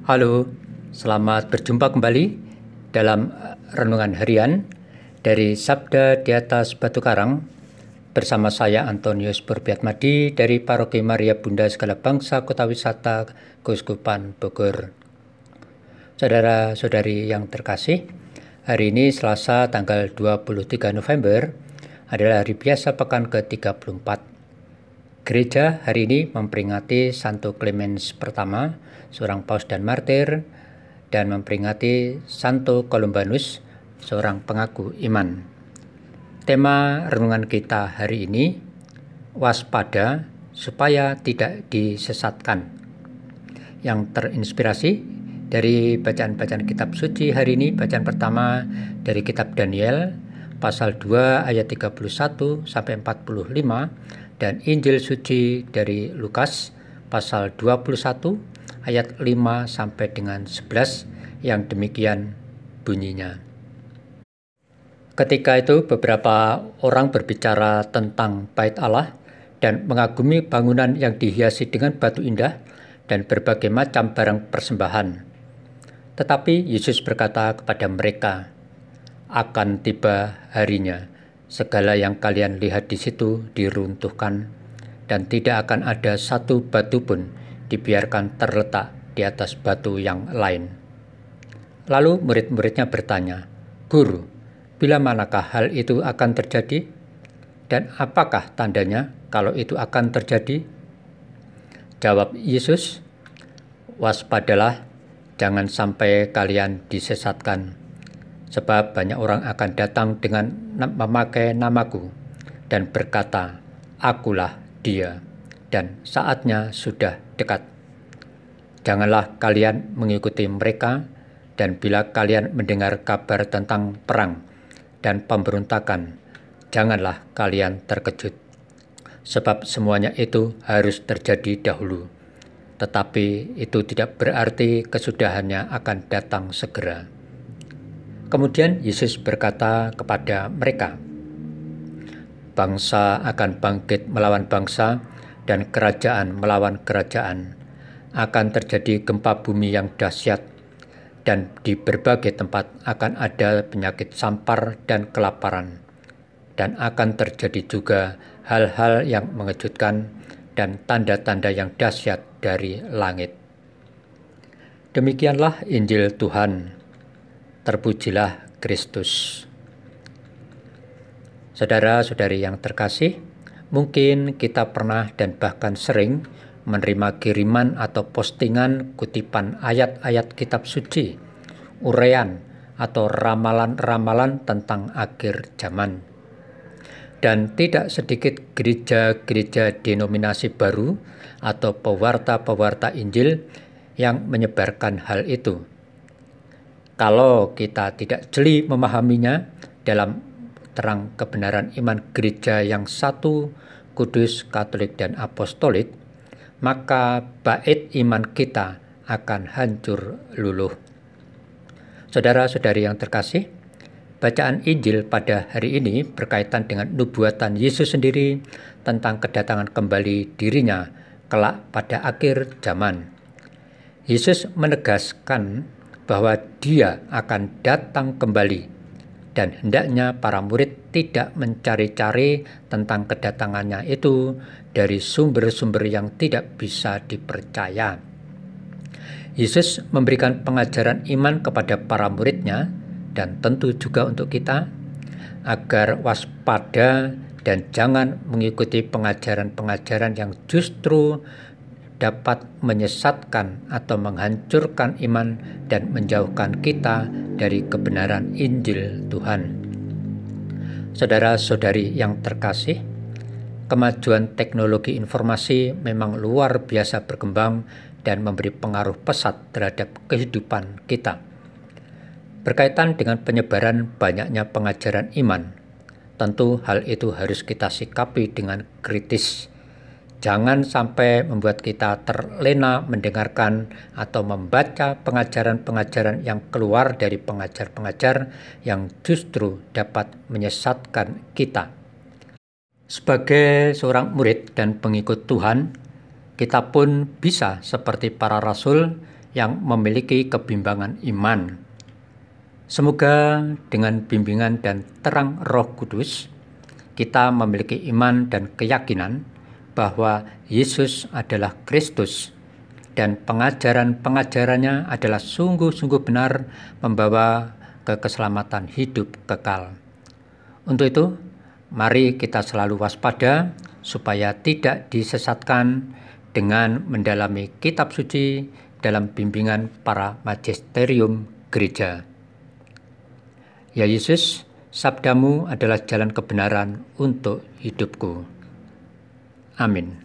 Halo, selamat berjumpa kembali dalam renungan harian dari Sabda di atas Batu Karang bersama saya Antonius Burbiatmadi dari Paroki Maria Bunda Segala Bangsa Kota Wisata Keuskupan Bogor. Saudara-saudari yang terkasih, hari ini Selasa tanggal 23 November adalah hari biasa pekan ke-34. Gereja hari ini memperingati Santo Clemens pertama, seorang paus dan martir, dan memperingati Santo Columbanus, seorang pengaku iman. Tema renungan kita hari ini, waspada supaya tidak disesatkan. Yang terinspirasi dari bacaan-bacaan kitab suci hari ini, bacaan pertama dari kitab Daniel, pasal 2 ayat 31 sampai 45, dan Injil suci dari Lukas pasal 21 ayat 5 sampai dengan 11 yang demikian bunyinya. Ketika itu beberapa orang berbicara tentang bait Allah dan mengagumi bangunan yang dihiasi dengan batu indah dan berbagai macam barang persembahan. Tetapi Yesus berkata kepada mereka, "Akan tiba harinya, segala yang kalian lihat di situ diruntuhkan, dan tidak akan ada satu batu pun dibiarkan terletak di atas batu yang lain." Lalu murid-muridnya bertanya, "Guru, bila manakah hal itu akan terjadi? Dan apakah tandanya kalau itu akan terjadi?" Jawab Yesus, "Waspadalah, jangan sampai kalian disesatkan. Sebab banyak orang akan datang dengan memakai namaku dan berkata, 'Akulah dia,' dan saatnya sudah dekat. Janganlah kalian mengikuti mereka, dan bila kalian mendengar kabar tentang perang dan pemberontakan, janganlah kalian terkejut. Sebab semuanya itu harus terjadi dahulu, tetapi itu tidak berarti kesudahannya akan datang segera." Kemudian Yesus berkata kepada mereka, "Bangsa akan bangkit melawan bangsa dan kerajaan melawan kerajaan. Akan terjadi gempa bumi yang dahsyat, dan di berbagai tempat akan ada penyakit sampar dan kelaparan. Dan akan terjadi juga hal-hal yang mengejutkan dan tanda-tanda yang dahsyat dari langit." Demikianlah Injil Tuhan. Terpujilah Kristus. Saudara-saudari yang terkasih, mungkin kita pernah dan bahkan sering menerima kiriman atau postingan kutipan ayat-ayat kitab suci, uraian atau ramalan-ramalan tentang akhir zaman. Dan tidak sedikit gereja-gereja denominasi baru atau pewarta-pewarta Injil yang menyebarkan hal itu. Kalau kita tidak jeli memahaminya dalam terang kebenaran iman gereja yang satu, kudus, katolik, dan apostolik, maka bait iman kita akan hancur luluh. Saudara-saudari yang terkasih, bacaan Injil pada hari ini berkaitan dengan nubuatan Yesus sendiri tentang kedatangan kembali dirinya kelak pada akhir zaman. Yesus menegaskan bahwa dia akan datang kembali, dan hendaknya para murid tidak mencari-cari tentang kedatangannya itu dari sumber-sumber yang tidak bisa dipercaya. Yesus memberikan pengajaran iman kepada para muridnya, dan tentu juga untuk kita, agar waspada dan jangan mengikuti pengajaran-pengajaran yang justru dapat menyesatkan atau menghancurkan iman dan menjauhkan kita dari kebenaran Injil Tuhan. Saudara-saudari yang terkasih, kemajuan teknologi informasi memang luar biasa berkembang dan memberi pengaruh pesat terhadap kehidupan kita. Berkaitan dengan penyebaran banyaknya pengajaran iman, tentu hal itu harus kita sikapi dengan kritis. Jangan sampai membuat kita terlena mendengarkan atau membaca pengajaran-pengajaran yang keluar dari pengajar-pengajar yang justru dapat menyesatkan kita. Sebagai seorang murid dan pengikut Tuhan, kita pun bisa seperti para rasul yang memiliki kebimbangan iman. Semoga dengan bimbingan dan terang Roh Kudus, kita memiliki iman dan keyakinan bahwa Yesus adalah Kristus dan pengajaran-pengajarannya adalah sungguh-sungguh benar membawa ke keselamatan hidup kekal. Untuk itu, mari kita selalu waspada supaya tidak disesatkan dengan mendalami kitab suci dalam bimbingan para magisterium gereja. Ya Yesus, sabdamu adalah jalan kebenaran untuk hidupku. Amin.